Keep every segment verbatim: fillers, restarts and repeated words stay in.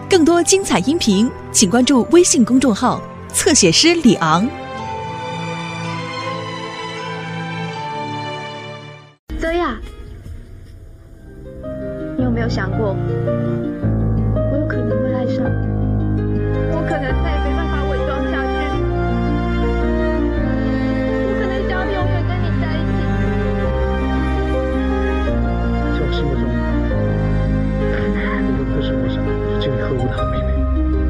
更多精彩音频，请关注微信公众号“侧写师李昂”。 泽雅，你有没有想过，我有可能会爱上你，我可能再也没办法伪装下去，我可能想要永远跟你在一起。 在我心目中，无论在生活上有尽力呵护她的妹妹。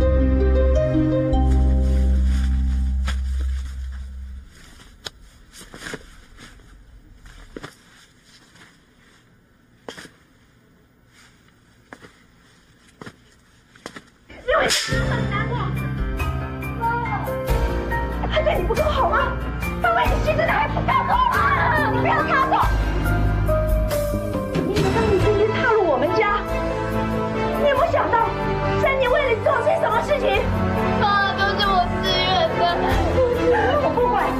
很难过，妈，他对你不够好吗？他为你牺牲的还不够多吗？你不要插手！你以为当你今天踏入我们家，你有没有想到珊妮为你做些什么事情？ 妈，都是我自愿的， 我不管。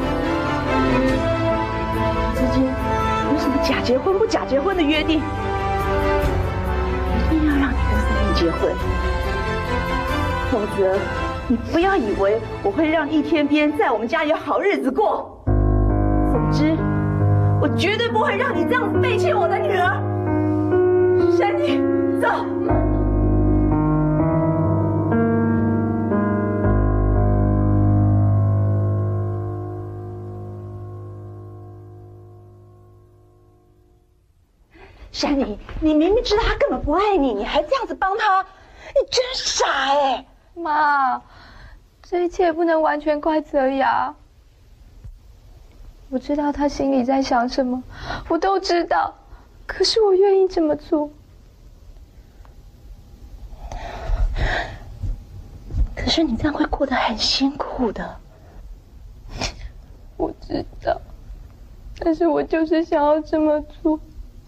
之间有什么假结婚不假结婚的约定？一定要让你跟珊妮结婚。否则，你不要以为我会让一天边在我们家有好日子过。总之，我绝对不会让你这样子背弃我的女儿。珊妮，走。珊妮，你明明知道他根本不爱你，你还这样子帮他，你真傻哎！ 妈，这一切不能完全怪泽雅。我知道他心里在想什么，我都知道，可是我愿意这么做。 可是你这样会过得很辛苦的。 我知道，但是我就是想要这么做，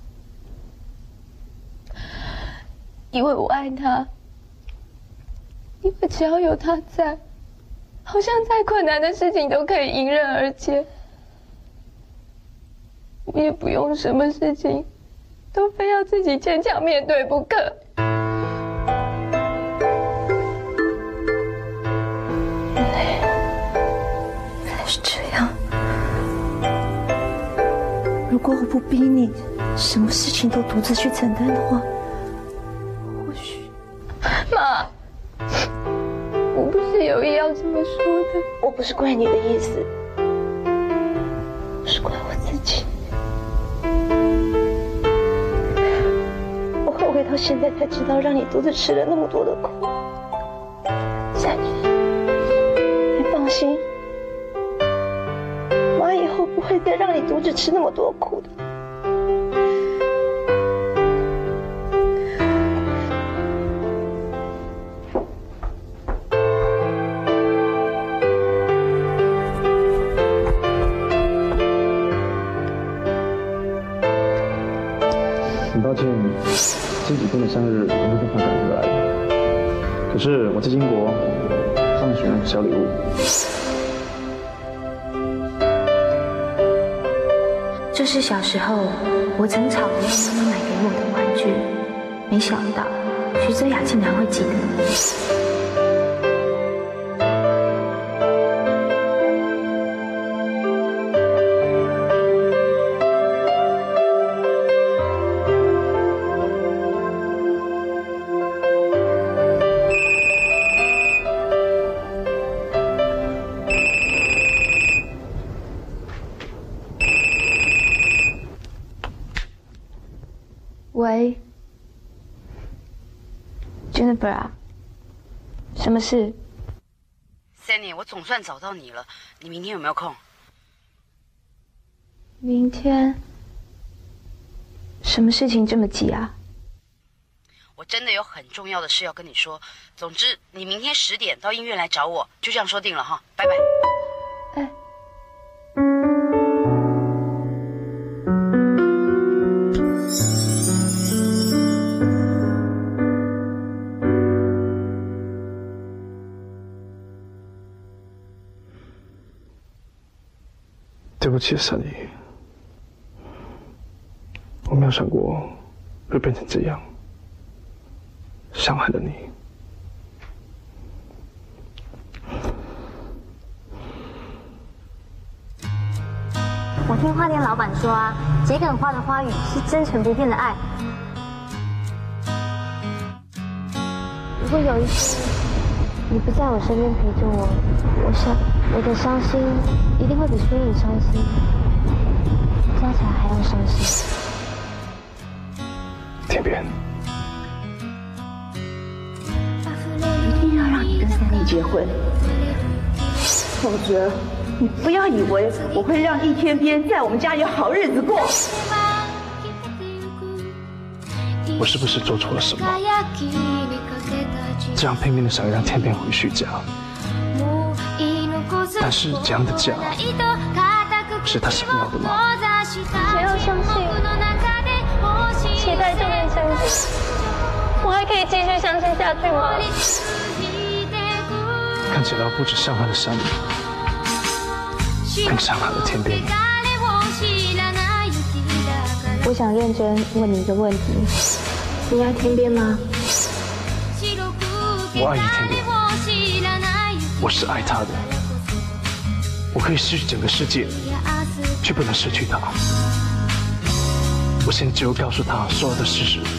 因为我爱他。因为只要有他在，好像再困难的事情都可以迎刃而解。我也不用什么事情都非要自己坚强面对不可。 原来原来是这样。如果我不逼你，什么事情都独自去承担的话，或许…… 妈，我不是有意要这么说的。 我不是怪你的意思，是怪我自己。我后悔到现在才知道，让你独自吃了那么多的苦。珊妮，你放心，妈以后不会再让你独自吃那么多苦的。 很抱歉，这几天的生日我没办法赶回来，可是我在英国放学小礼物。 这是小时候我曾吵着要妈妈买给我的玩具，没想到徐泽雅竟然会记得。 喂 ，Jennifer 啊，什么事 ？Sandy， 我总算找到你了，你明天有没有空？ 明天？什么事情这么急啊？ 我真的有很重要的事要跟你说。总之，你明天十点到医院来找我，就这样说定了哈，拜拜。 哎。 对不起，珊妮，我没有想过会变成这样，伤害了你。 听花店老板说啊，桔梗花的花语是真诚不变的爱。如果有一天你不在我身边陪着我，我想我的伤心一定会比所有人伤心加起来还要伤心。 天边， 一定要让你跟三立结婚。 凤哲，你不要以为我会让易天边在我们家有好日子过。 我是不是做错了什么？这样拼命的想要让天边回徐家，但是这样的家是他想要的吗？ 只要相信，期待就能相信。我还可以继续相信下去吗？ 看起来不只像他的山，更像他的天边。 我想认真问你一个问题：你爱天边吗？ 我爱易天边，我是爱他的。我可以失去整个世界，却不能失去他。我现在只有告诉他所有的事实。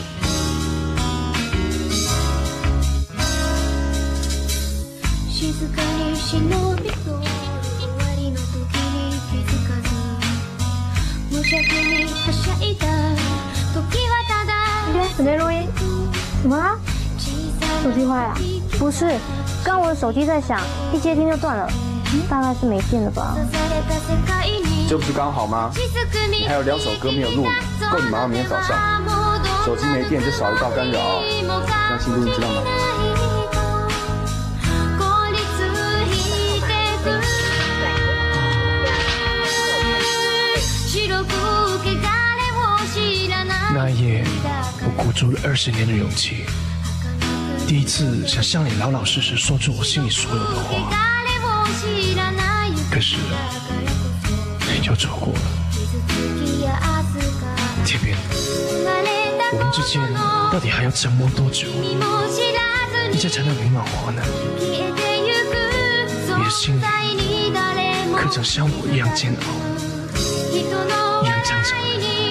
准备录音？怎么啦？手机坏了？不是，刚我的手机在响，一接听就断了，大概是没电了吧。 这不是刚好吗？你还有两首歌没有录，够你忙到明天早上。手机没电就少一道干扰，相信录音知道吗？ 那一夜，我鼓足了二十年的勇气，第一次想向你老老实实说出我心里所有的话，可是又错过了。天边，我们之间到底还要沉默多久，一切才能明朗化呢？你的心里可曾像我一样煎熬，一样挣扎？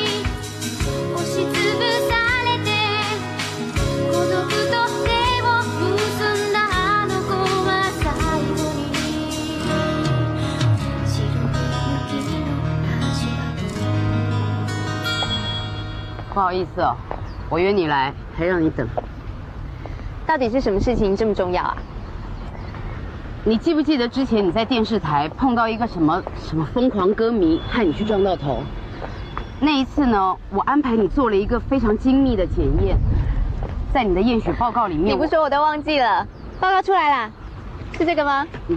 不好意思哦，我约你来，还让你等。 到底是什么事情这么重要啊？ 你记不记得之前你在电视台碰到一个什么什么疯狂歌迷，害你去撞到头？那一次呢，我安排你做了一个非常精密的检验，在你的验血报告里面， 你不说我都忘记了。报告出来啦，是这个吗？嗯。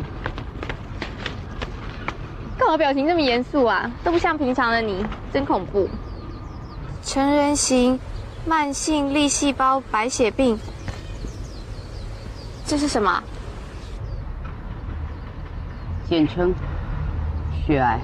干嘛表情这么严肃啊？都不像平常的你，真恐怖。 成人型慢性粒细胞白血病，这是什么？ 简称血癌。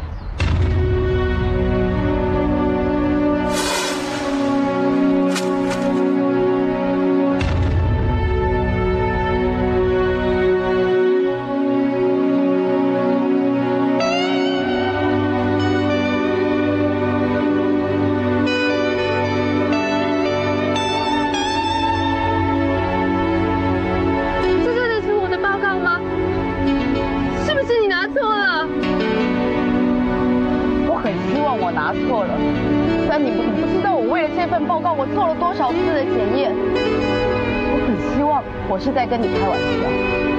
我是在跟你开玩笑。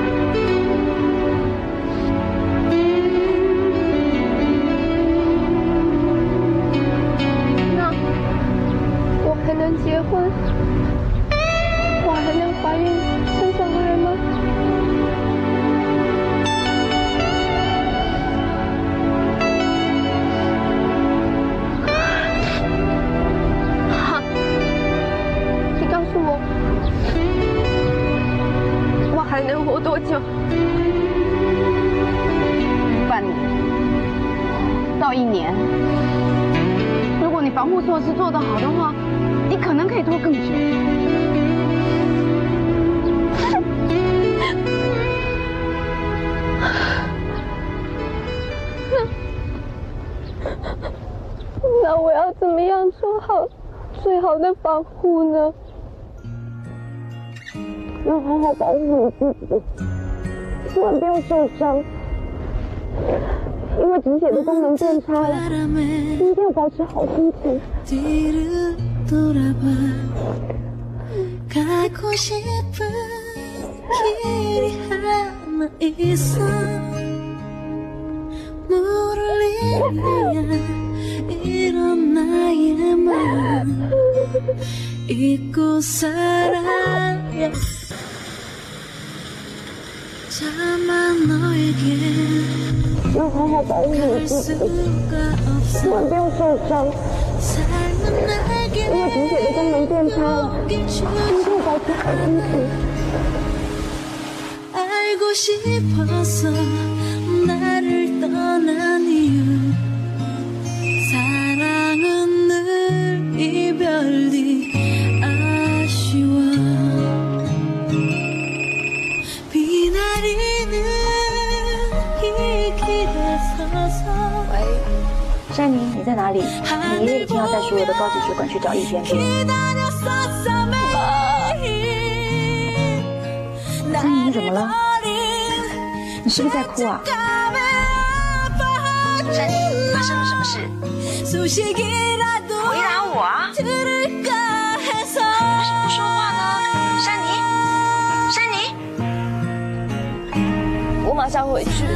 那我还能结婚？我还能怀孕生小孩吗？好，你告诉我。还能活多久？ 半年到一年。如果你防护措施做得好的话，你可能可以拖更久。 保护呢？要好好保护你自己，千万不要受伤。因为止血的功能变差了，你一定要保持好心情。 가고 싶은 길이 하나 있어 모를 일이야 이런 나의 마음 잊고 살아야 자만 너에게 갈 수가 없어 千万不要受伤。 因为止血的功能变差了，一定要保持好心情。 알고 싶어서 나를 떠난 이유 사랑은 늘 이별 뒤 아쉬워 비내리는 이 길에 서서 喂，珊妮，你在哪里？你爷爷已经要带所有的高级血管去找易天边。珊妮，你怎么了？你是不是在哭啊？ 珊妮，发生了什么事？回答我啊！为什么不说话呢？珊妮，珊妮， 我马上回去。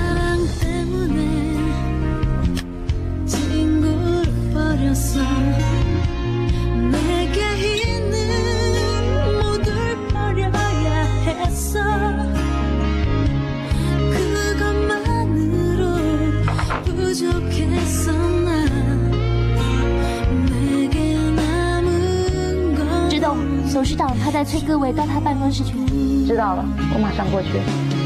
내게 있는 모두를 버려야 했어 그것만으로 부족했어 나 내게 남은 건 知道董事长他在催各位到他办公室去。 知道了，我马上过去。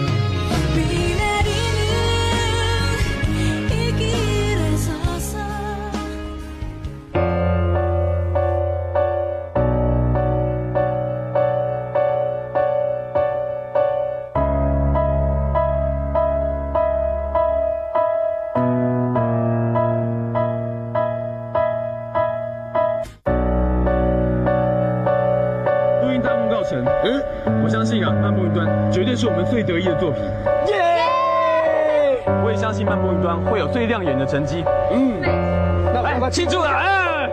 嗯，我相信啊，漫步云端绝对是我们最得意的作品。耶！我也相信漫步云端会有最亮眼的成绩。嗯，那来吧，庆祝了！哎！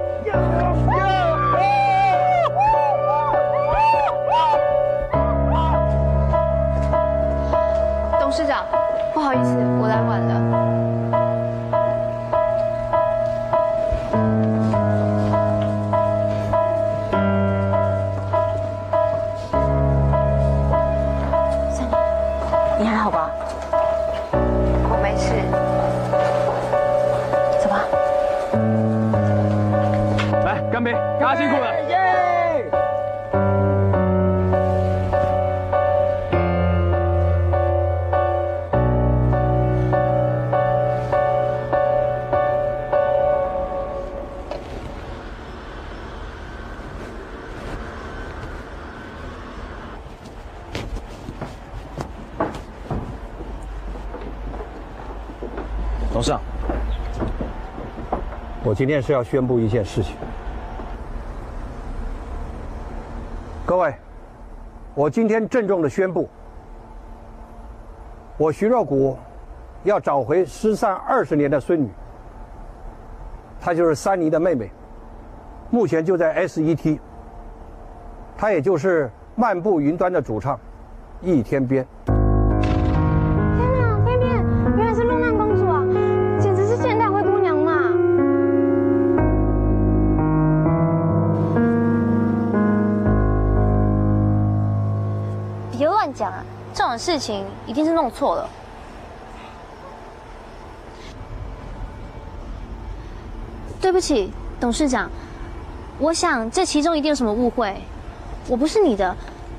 董事长，不好意思，我来晚了。 你还好吧？ 我没事。 走吧。 来，干杯！大家辛苦了。耶！董事长， 我今天是要宣布一件事情。各位，我今天郑重的宣布，我徐若谷要找回失散二十年的孙女，她就是珊妮的妹妹，目前就在 S E T， 她也就是漫步云端的主唱易天边。 别乱讲啊！这种事情一定是弄错了。对不起，董事长，我想这其中一定有什么误会。我不是你的。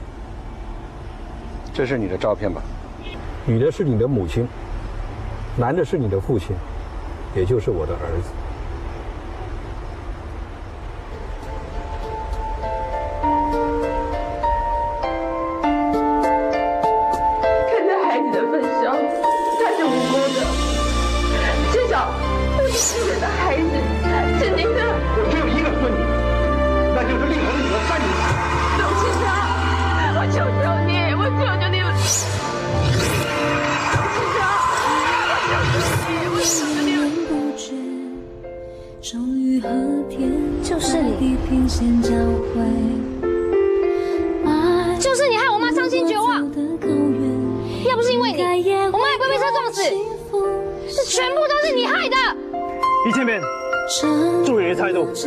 这是你的照片吧？女的是你的母亲，男的是你的父亲，也就是我的儿子。 孩子是您的， 我只有一个孙女，那就是令狐的女儿。 就是你害我妈伤心绝望，要不是因为你，我妈也不会被车撞死。这全部都是你害的。 一千遍，祝爷爷猜中。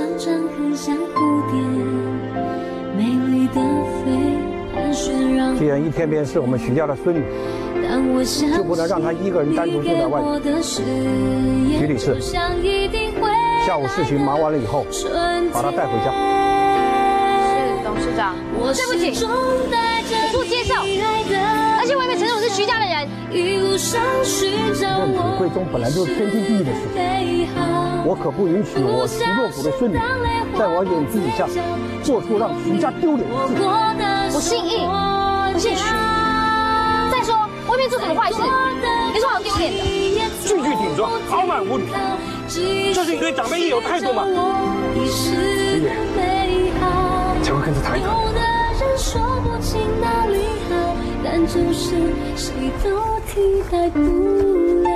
既然一天边是我们徐家的孙女，就不能让她一个人单独住在外面。徐理事，下午事情忙完了以后，把她带回家。 是董事长，对不起，我不接受，而且我也没承认我是徐家的人。 认祖归宗本来就是天经地义的事情，我可不允许我徐若谷的孙女在我眼皮底下做出让徐家丢脸的事。 我姓易，不姓徐。再说，我也没做什么坏事，没说好丢脸的。 句句顶撞，傲慢无礼，这是你对长辈应有态度吗？爷爷，才会跟着谈一谈。但就是谁都替代不了。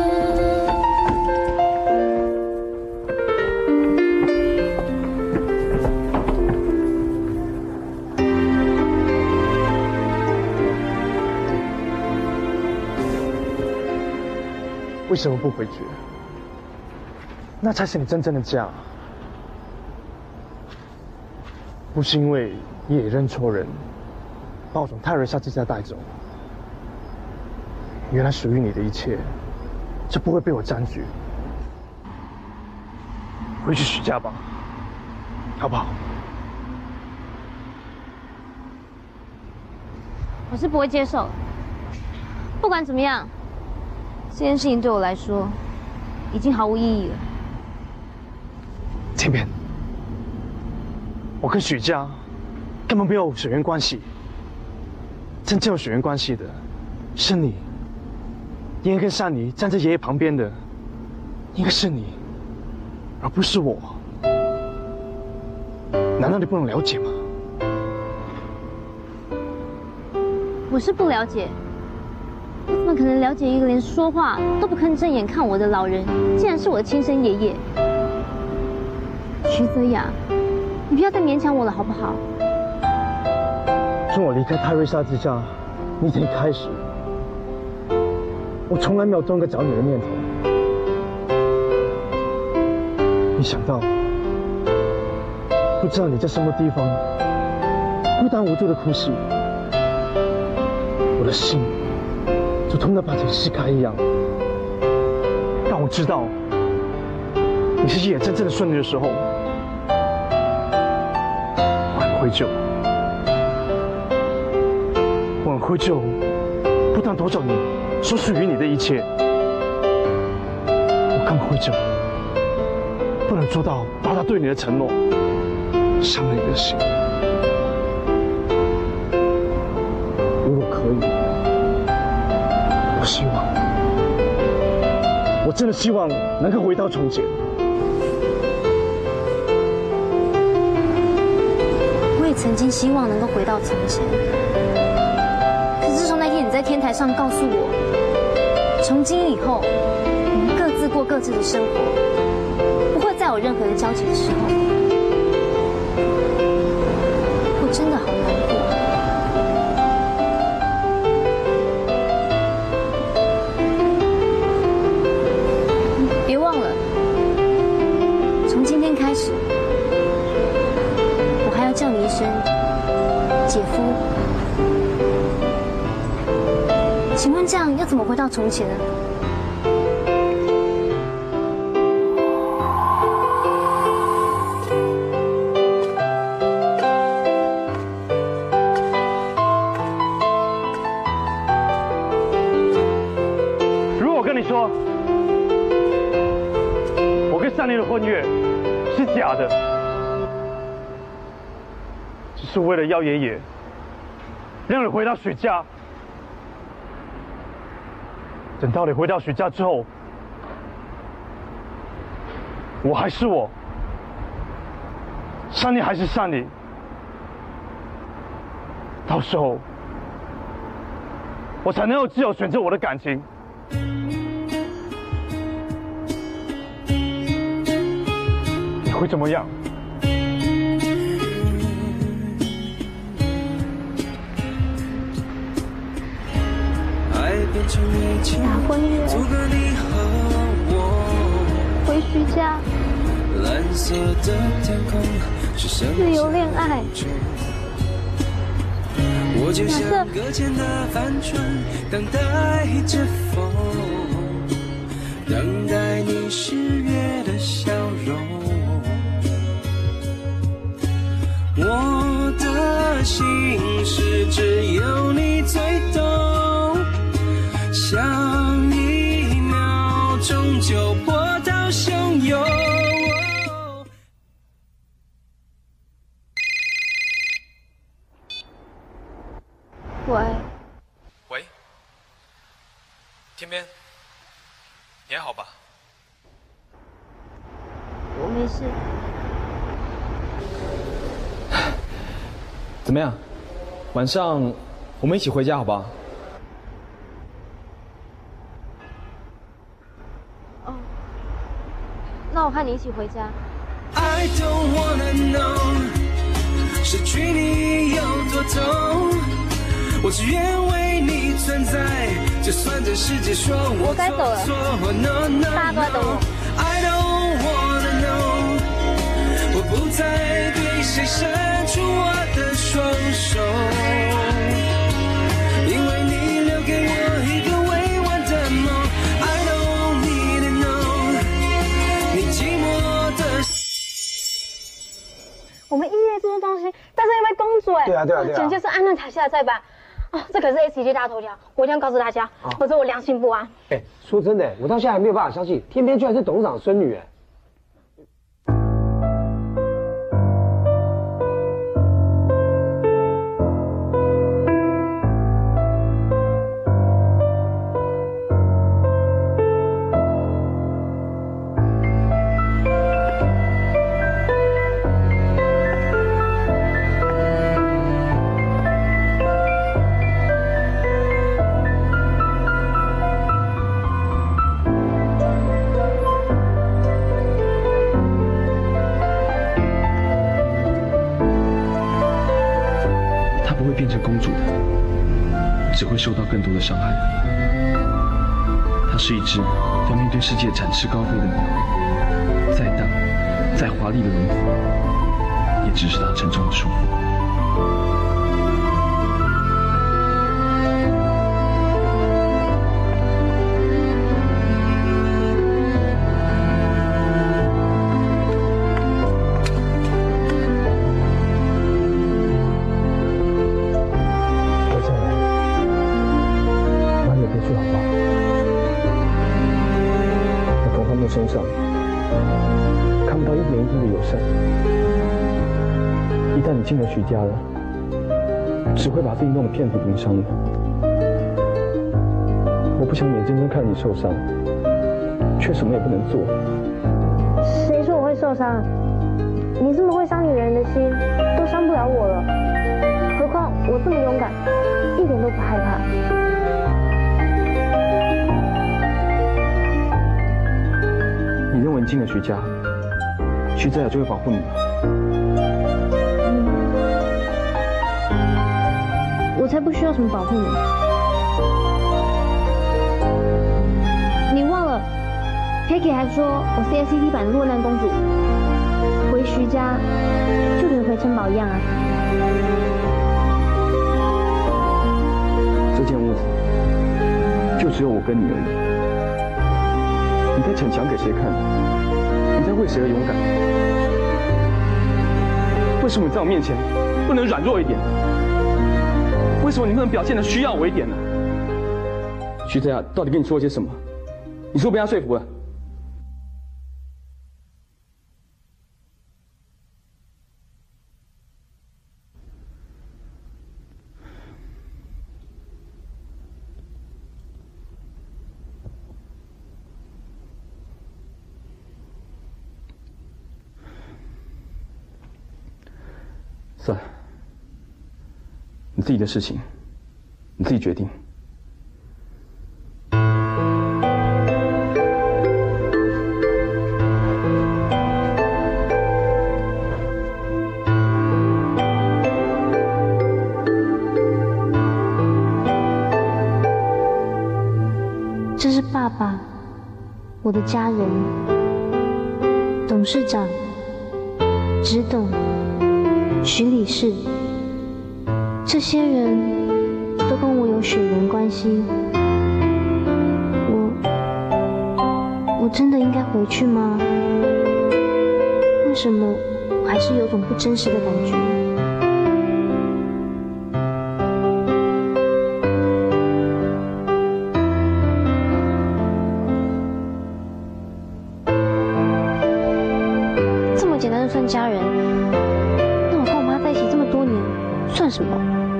为什么不回绝？那才是你真正的家。不是因为你也认错人，把我从泰瑞莎之家带走。原来属于你的一切，就不会被我占据。回去许家吧，好不好？ 我是不会接受。不管怎么样，这件事情对我来说已经毫无意义了。 天边，我跟许家根本没有血缘关系。真正有血缘关系的，是你。应该跟善妮站在爷爷旁边的，应该是你，而不是我。难道你不能了解吗？ 我是不了解，我怎么可能了解一个连说话都不吭正眼看我的老人，竟然是我的亲生爷爷？徐泽雅，你不要再勉强我了，好不好？ 从我离开泰瑞莎之家那天开始，我从来没有动过找你的念头。没想到，不知道你在什么地方孤单无助的哭泣，我的心就痛得把钱撕开一样。当我知道你是爷爷真正的孙女的时候，我很愧疚。我很愧疚，不但夺走你所属于你的一切，我更愧疚，不能做到达到对你的承诺，伤了你的心。如果可以，我希望，我真的希望能够回到从前。 我也曾经希望能够回到从前。自从那天你在天台上告诉我，从今以后我们各自过各自的生活，不会再有任何的交集的时候，我真的好难过。别忘了，从今天开始，我还要叫你一声姐夫。请问这样要怎么回到从前呢？ 如果我跟你说，我跟善妮的婚约是假的，只是为了要爷爷让你回到许家。等到你回到许家之后，我还是我，善妮还是善妮。到时候，我才能够自由选择我的感情。你会怎么样？ 打婚约，回徐家，自由恋爱。 就像搁浅的帆船，等待着风，等待你十月的笑容。我的心事只有你最懂，想一秒钟就波涛汹涌。 喂， 喂，天边，你还好吧？ 我没事。 怎么样？晚上我们一起回家好不好？ 哦，那我和你一起回家。 I don't wanna know， 失去你有多痛。我只愿为你存在，就算这世界说我该走了，大家都在等我。 I don't wanna know， 我不再对谁伸出我的双手，因为你留给我一个未完的梦。I don't need to know， 你寂寞的。 我们音乐这种东西，但是因为公主哎， 对啊对啊对啊， 简直是安乐台下的再版。哦，这可是 S J 大头条，我一定要告诉大家，否则我良心不安。 哎，说真的，我到现在还没有办法相信，天边居然是董事长孙女哎。 只会受到更多的伤害。它是一只要面对世界展翅高飞的鸟，再大、再华丽的轮廓，也只是它沉重的束缚。 身上看不到一点一滴的友善，一旦你进了徐家了，只会把自己弄得遍体鳞伤的。我不想眼睁睁看你受伤，却什么也不能做。 谁说我会受伤？你这么会伤女人的心，都伤不了我了。何况我这么勇敢，一点都不害怕。 你认为你进了徐家，徐家就会保护你吗？ 嗯，我才不需要什么保护你。你忘了 ，Peggy 还说我是 S C T 版的落难公主，回徐家就跟回城堡一样啊。 这间屋子就只有我跟你而已。你在逞强给谁看？你在为谁而勇敢？为什么你在我面前不能软弱一点？为什么你不能表现得需要我一点呢？徐泽雅到底跟你说了些什么？你是不是被他说服了？算了，你自己的事情，你自己决定。 爸爸，我的家人，董事长、直董、徐理事，这些人都跟我有血缘关系。我，我真的应该回去吗？为什么我还是有种不真实的感觉？这么简单就算家人，那我跟我妈在一起这么多年，算什么？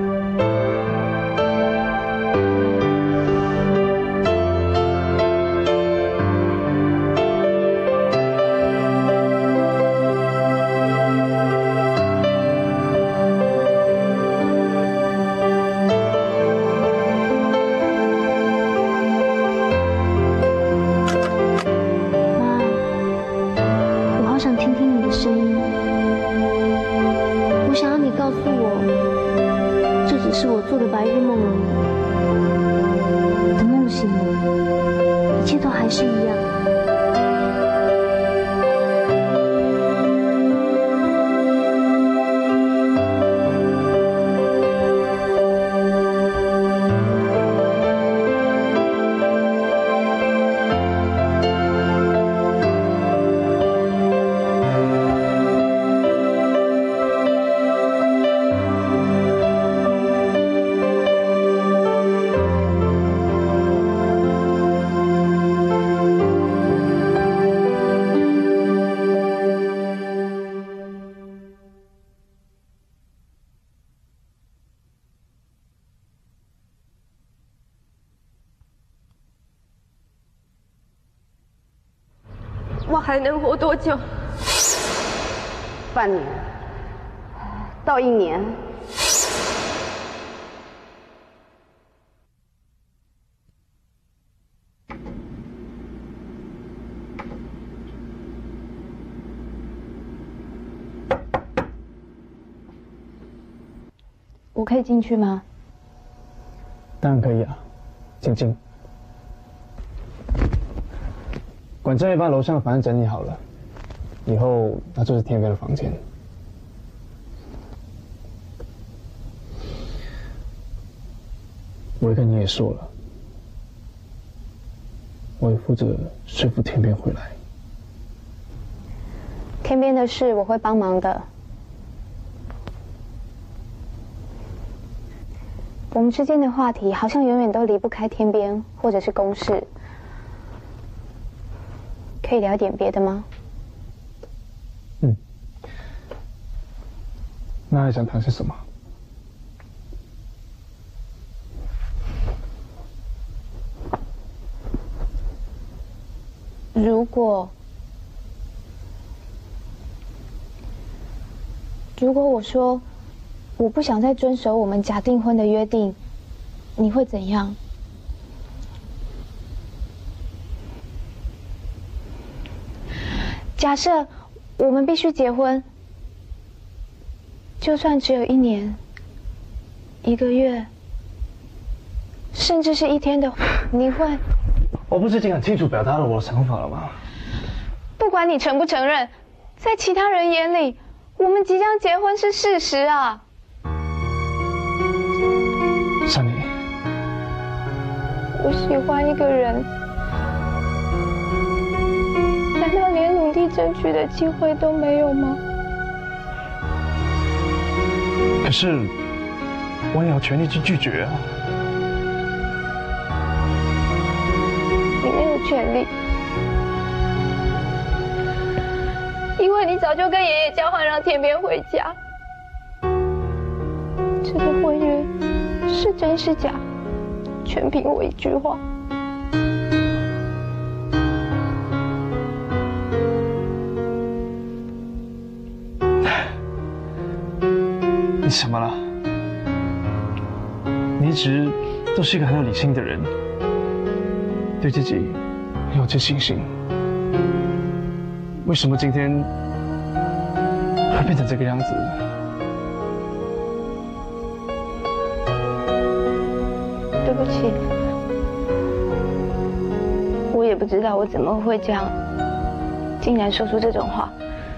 我还能活多久？ 半年到一年。 我可以进去吗？ 当然可以啊，请进。管这一把楼上反正整理好了，以后那就是天边的房间。我也跟你也说了，我也负责说服天边回来。 天边的事我会帮忙的。我们之间的话题好像永远都离不开天边或者是公事。可以聊点别的吗？ 嗯，那还想谈些什么？ 如果如果我说我不想再遵守我们假订婚的约定，你会怎样？假设我们必须结婚，就算只有一年、一个月，甚至是一天的，你会？ 我不是已经很清楚表达了我的想法了吗？ 不管你承不承认，在其他人眼里，我们即将结婚是事实啊。 珊妮， 我喜欢一个人。难道连努力争取的机会都没有吗？ 可是，我也有权利去拒绝啊。 你没有权利，因为你早就跟爷爷交换让天边回家。这个婚约是真是假，全凭我一句话。 你什么了？你一直都是一个很有理性的人，对自己很有自信心。为什么今天会变成这个样子？ 对不起， 知道我怎么会这样，竟然说出这种话。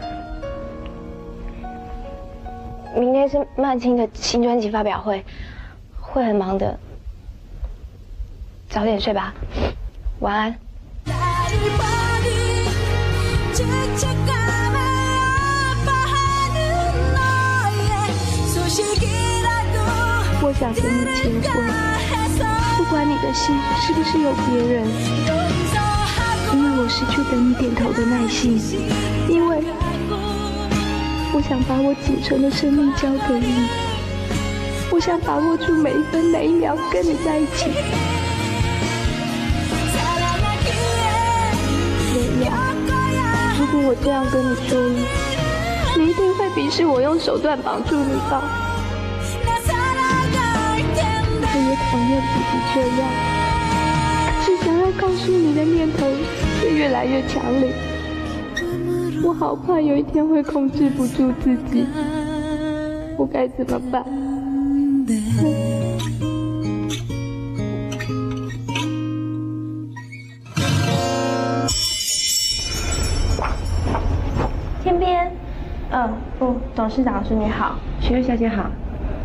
明天是曼青的新专辑发表会，会很忙的，早点睡吧，晚安。 我想跟你结婚，不管你的心是不是有别人，因为我失去等你点头的耐心，因为我想把我仅存的生命交给你，我想把握住每一分每一秒跟你在一起。妍妍，如果我这样跟你说了，你一定会鄙视我用手段绑住你吧？我也讨厌自己这样，只想要告诉你的念头却越来越强烈。我好怕有一天会控制不住自己，我该怎么办？ 天边，嗯，不，董事长说你好，徐瑞小姐好。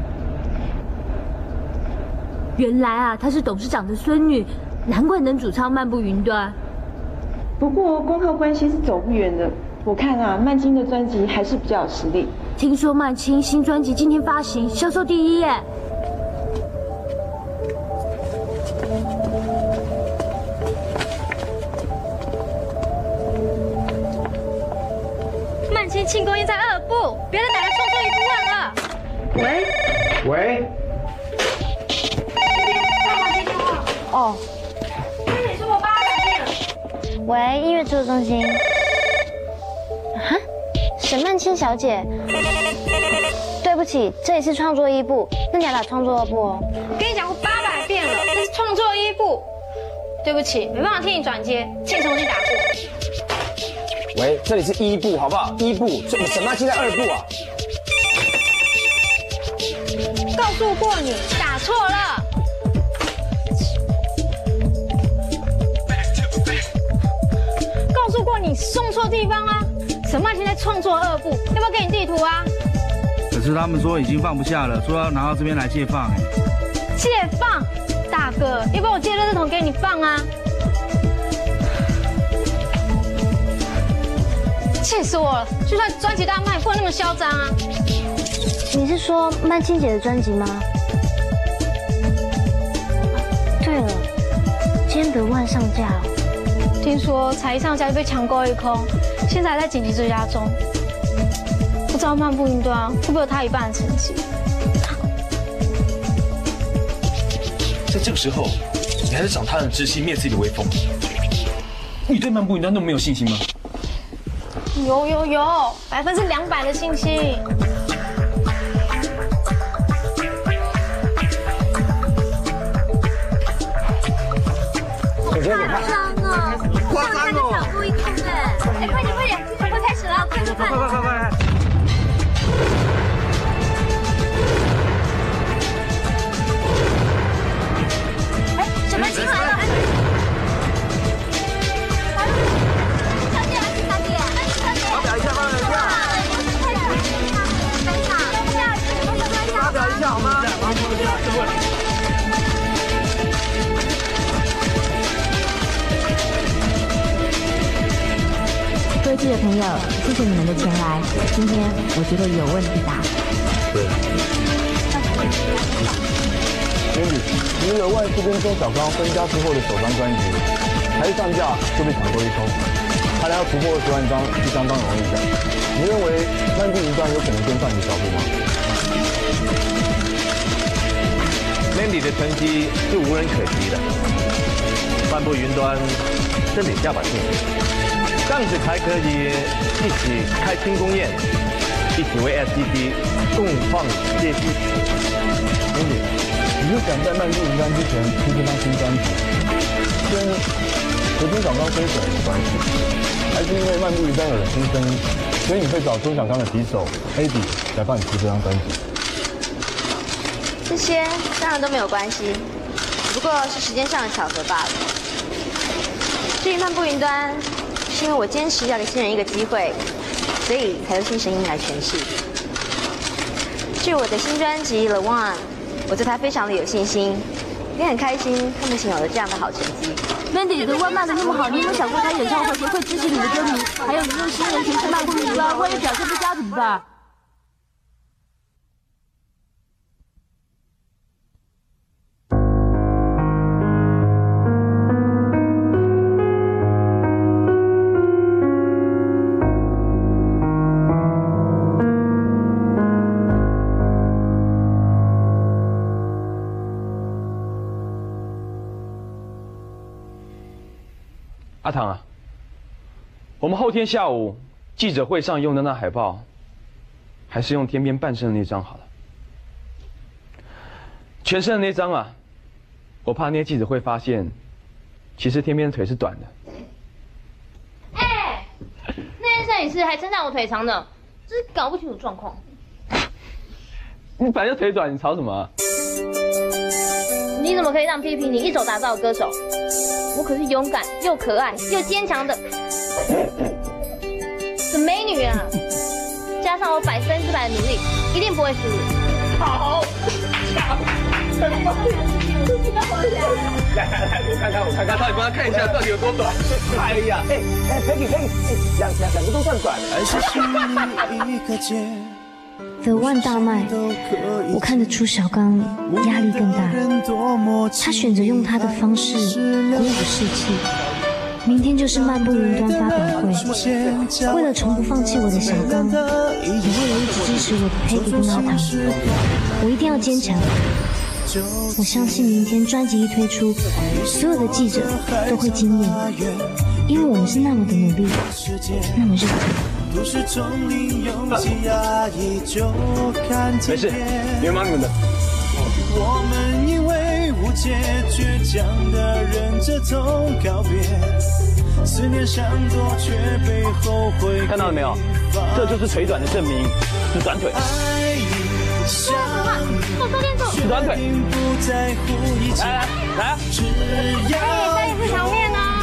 原来啊，她是董事长的孙女，难怪能主唱《漫步云端》。 不过光靠关系是走不远的。我看啊，曼青的专辑还是比较有实力。 听说曼青新专辑今天发行，销售第一耶！ 曼青庆功宴在二部，别再打来创作一部分了。 喂喂。 哦。 你说我爸打电。 喂，音乐制作中心。哈，沈曼青小姐，对不起，这里是创作一部，那你要打创作二部哦。 跟你讲过八百遍了，这是创作一部。对不起，没办法替你转接，请重新打过。 喂，这里是一部，好不好？一部，这沈曼青在二部啊。 告诉过你，打错了。告诉过你送错地方啊！沈曼青在创作二部，要不要给你地图啊？ 可是他们说已经放不下了，说要拿到这边来借放。哎， 借放，大哥，要不要我借垃圾桶给你放啊？气死我了！就算专辑大卖，不能那么嚣张啊！ 你是说曼青姐的专辑吗？对了，今天德万上架了。 听说才一上架就被抢购一空，现在还在紧急追加中。不知道漫步云端会不会有他一半的成绩？ 在这个时候，你还是长他人志气，灭自己的威风。你对漫步云端那么没有信心吗？ 有有有，百分之两百的信心。 姐姐，你看， 夸张哦！抢购一空哎！哎，快点快点，快开始了，快快快！快快快快！哎，沈曼青来了！来了，小姐，小姐，小姐，发表一下，发表一下。 发表一下好吗？ 各位记者朋友，谢谢你们的前来。今天我觉得有问必答。 对。经理，你额外这边周小刚分家之后的首张专辑，才一上架就被抢购一空，看来要突破二十万张是相当容易的。你认为漫步云端有可能跟上你的脚步吗 ？Mandy 的成绩是无人可及的，漫步云端真得加把劲。这样子才可以一起开庆功宴，一起为 S D P 共创业绩。 经理，你是想在漫步云端之前出这张新专辑，跟和周小刚分手有关系，还是因为漫步云端有了新声音，所以你会找周小刚的敌手 A B 来帮你出这张专辑？ 这些当然都没有关系，只不过是时间上的巧合罢了。 至于漫步云端，是因为我坚持要给新人一个机会，所以才由新声音来诠释。至于我的新专辑《The One》，我对它非常的有信心，也很开心，他目前有了这样的好成绩。 Mandy 你的歌卖的那么好，你有没有想过他演唱会谁会支持你的歌迷？还有你用新人诠释漫步云端，万一表现不佳怎么办？ 阿唐啊，我们后天下午记者会上用的那海报，还是用天边半身的那张好了。全身的那张啊，我怕那些记者会发现，其实天边的腿是短的。 哎，那些摄影师还称赞我腿长呢，真是搞不清楚状况。 你本来就腿短，你吵什么啊？ 你怎么可以让批评你一手打造的歌手？我可是勇敢又可爱又坚强的的美女啊！加上我百分之百的努力，一定不会输。好，来来来，我看看我看看，到底帮他看一下到底有多短。哎呀，哎哎，可以可以，两两两个都算短。 The One 大卖，我看得出小刚压力更大。他选择用他的方式鼓舞士气。明天就是漫步云端发表会，为了从不放弃我的小刚，也为了一直支持我的 Peggy 跟阿唐，我一定要坚强。我相信明天专辑一推出，所有的记者都会惊艳，因为我们是那么的努力，那么热情。 都市丛林拥挤压抑就看见。 没事，你们忙你们的。 我们因为无解倔强的忍着痛告别，思念闪躲却被后悔。 看到了没有？这就是腿短的证明，是短腿。 说实话，我昨天走。 是短腿。来来来啊！ 哎，这也是场面啊。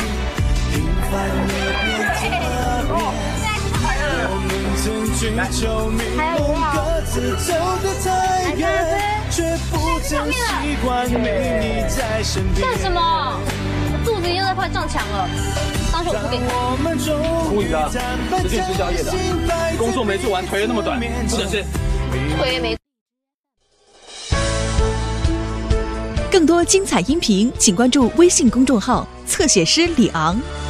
我们曾追求命运，各自走得太远，却不曾习惯没你在身边。 干什么？我肚子又在快撞墙了，当时我不给你。 哭你的，这就是吃宵夜的，工作没做完，腿又那么短，不能吃。 腿没。 更多精彩音频，请关注微信公众号“侧写师李昂”。